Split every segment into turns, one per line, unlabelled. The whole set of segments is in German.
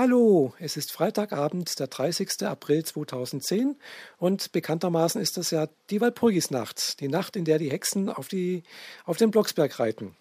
Hallo, es ist Freitagabend, der 30. April 2010 und bekanntermaßen ist das ja die Walpurgisnacht, die Nacht, in der die Hexen auf den Blocksberg reiten.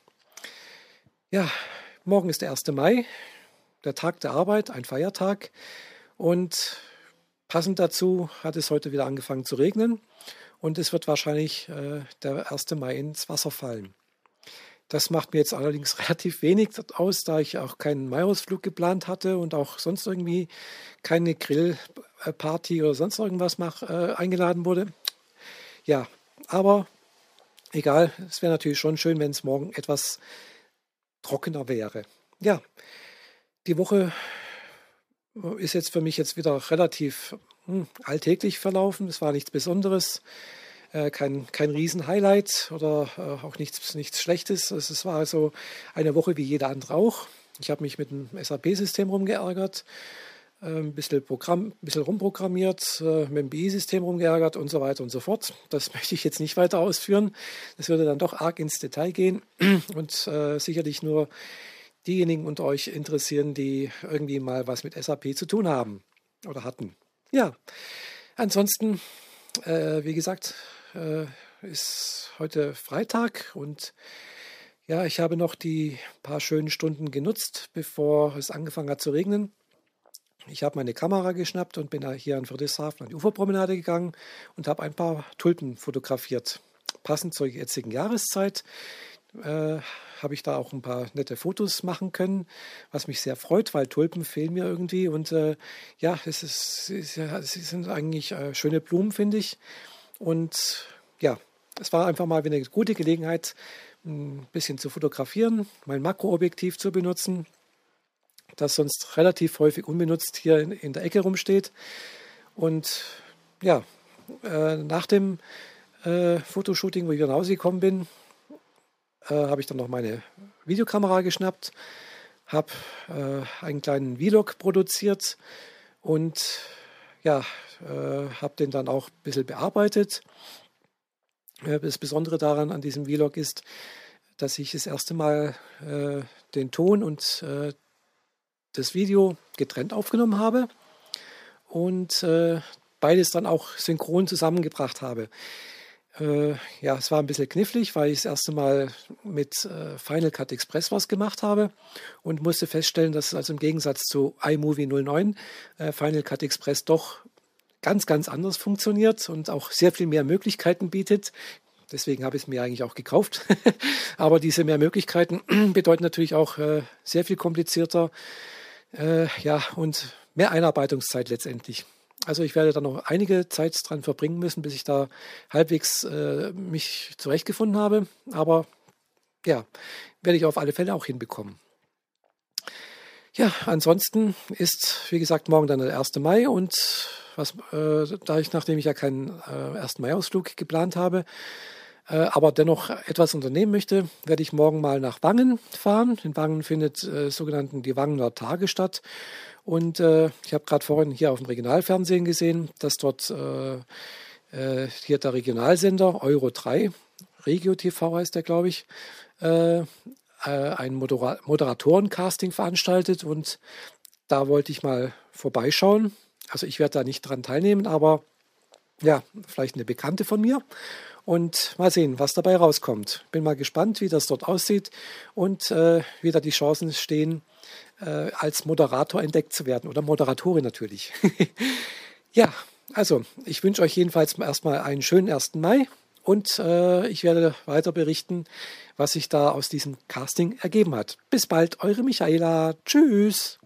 Ja, morgen ist der 1. Mai, der Tag der Arbeit, ein Feiertag und passend dazu hat es heute wieder angefangen zu regnen und es wird wahrscheinlich der 1. Mai ins Wasser fallen. Das macht mir jetzt allerdings relativ wenig aus, da ich auch keinen Maiausflug geplant hatte und auch sonst irgendwie keine Grillparty oder sonst irgendwas eingeladen wurde. Ja, aber egal, es wäre natürlich schon schön, wenn es morgen etwas trockener wäre. Ja, die Woche ist jetzt für mich jetzt wieder relativ alltäglich verlaufen. Es war nichts Besonderes. Kein Riesen-Highlight oder auch nichts Schlechtes. Es war also eine Woche wie jede andere auch. Ich habe mich mit dem SAP-System rumgeärgert, ein bisschen rumprogrammiert, mit dem BI-System rumgeärgert und so weiter und so fort. Das möchte ich jetzt nicht weiter ausführen. Das würde dann doch arg ins Detail gehen und sicherlich nur diejenigen unter euch interessieren, die irgendwie mal was mit SAP zu tun haben oder hatten. Ja, ansonsten, wie gesagt, ist heute Freitag und ja, ich habe noch die paar schönen Stunden genutzt, bevor es angefangen hat zu regnen. Ich habe meine Kamera geschnappt und bin hier an Friedrichshafen an die Uferpromenade gegangen und habe ein paar Tulpen fotografiert. Passend zur jetzigen Jahreszeit habe ich da auch ein paar nette Fotos machen können, was mich sehr freut, weil Tulpen fehlen mir irgendwie und ja, sie sind eigentlich schöne Blumen, finde ich. Und ja, es war einfach mal wieder eine gute Gelegenheit, ein bisschen zu fotografieren, mein Makroobjektiv zu benutzen, das sonst relativ häufig unbenutzt hier in der Ecke rumsteht. Und ja, nach dem Fotoshooting, wo ich wieder nach Hause gekommen bin, habe ich dann noch meine Videokamera geschnappt, habe einen kleinen Vlog produziert und ja, habe den dann auch ein bisschen bearbeitet. Das Besondere daran an diesem Vlog ist, dass ich das erste Mal den Ton und das Video getrennt aufgenommen habe und beides dann auch synchron zusammengebracht habe. Ja, es war ein bisschen knifflig, weil ich das erste Mal mit Final Cut Express was gemacht habe und musste feststellen, dass es also im Gegensatz zu iMovie 09 Final Cut Express doch ganz anders funktioniert und auch sehr viel mehr Möglichkeiten bietet. Deswegen habe ich es mir eigentlich auch gekauft. Aber diese mehr Möglichkeiten bedeuten natürlich auch sehr viel komplizierter ja, und mehr Einarbeitungszeit letztendlich. Also ich werde da noch einige Zeit dran verbringen müssen, bis ich da halbwegs mich zurechtgefunden habe. Aber ja, werde ich auf alle Fälle auch hinbekommen. Ja, ansonsten ist, wie gesagt, morgen dann der 1. Mai und nachdem ich ja keinen 1. Mai-Ausflug geplant habe, aber dennoch etwas unternehmen möchte, werde ich morgen mal nach Wangen fahren. In Wangen findet die Wangener Tage statt. Und ich habe gerade vorhin hier auf dem Regionalfernsehen gesehen, dass dort hier der Regionalsender Euro 3, Regio TV heißt der, glaube ich, ein Moderatorencasting veranstaltet und da wollte ich mal vorbeischauen. Also ich werde da nicht dran teilnehmen, aber ja, vielleicht eine Bekannte von mir und mal sehen, was dabei rauskommt. Bin mal gespannt, wie das dort aussieht und wie da die Chancen stehen, als Moderator entdeckt zu werden oder Moderatorin natürlich. Ja, also ich wünsche euch jedenfalls erstmal einen schönen 1. Mai. Und ich werde weiter berichten, was sich da aus diesem Casting ergeben hat. Bis bald, eure Michaela. Tschüss.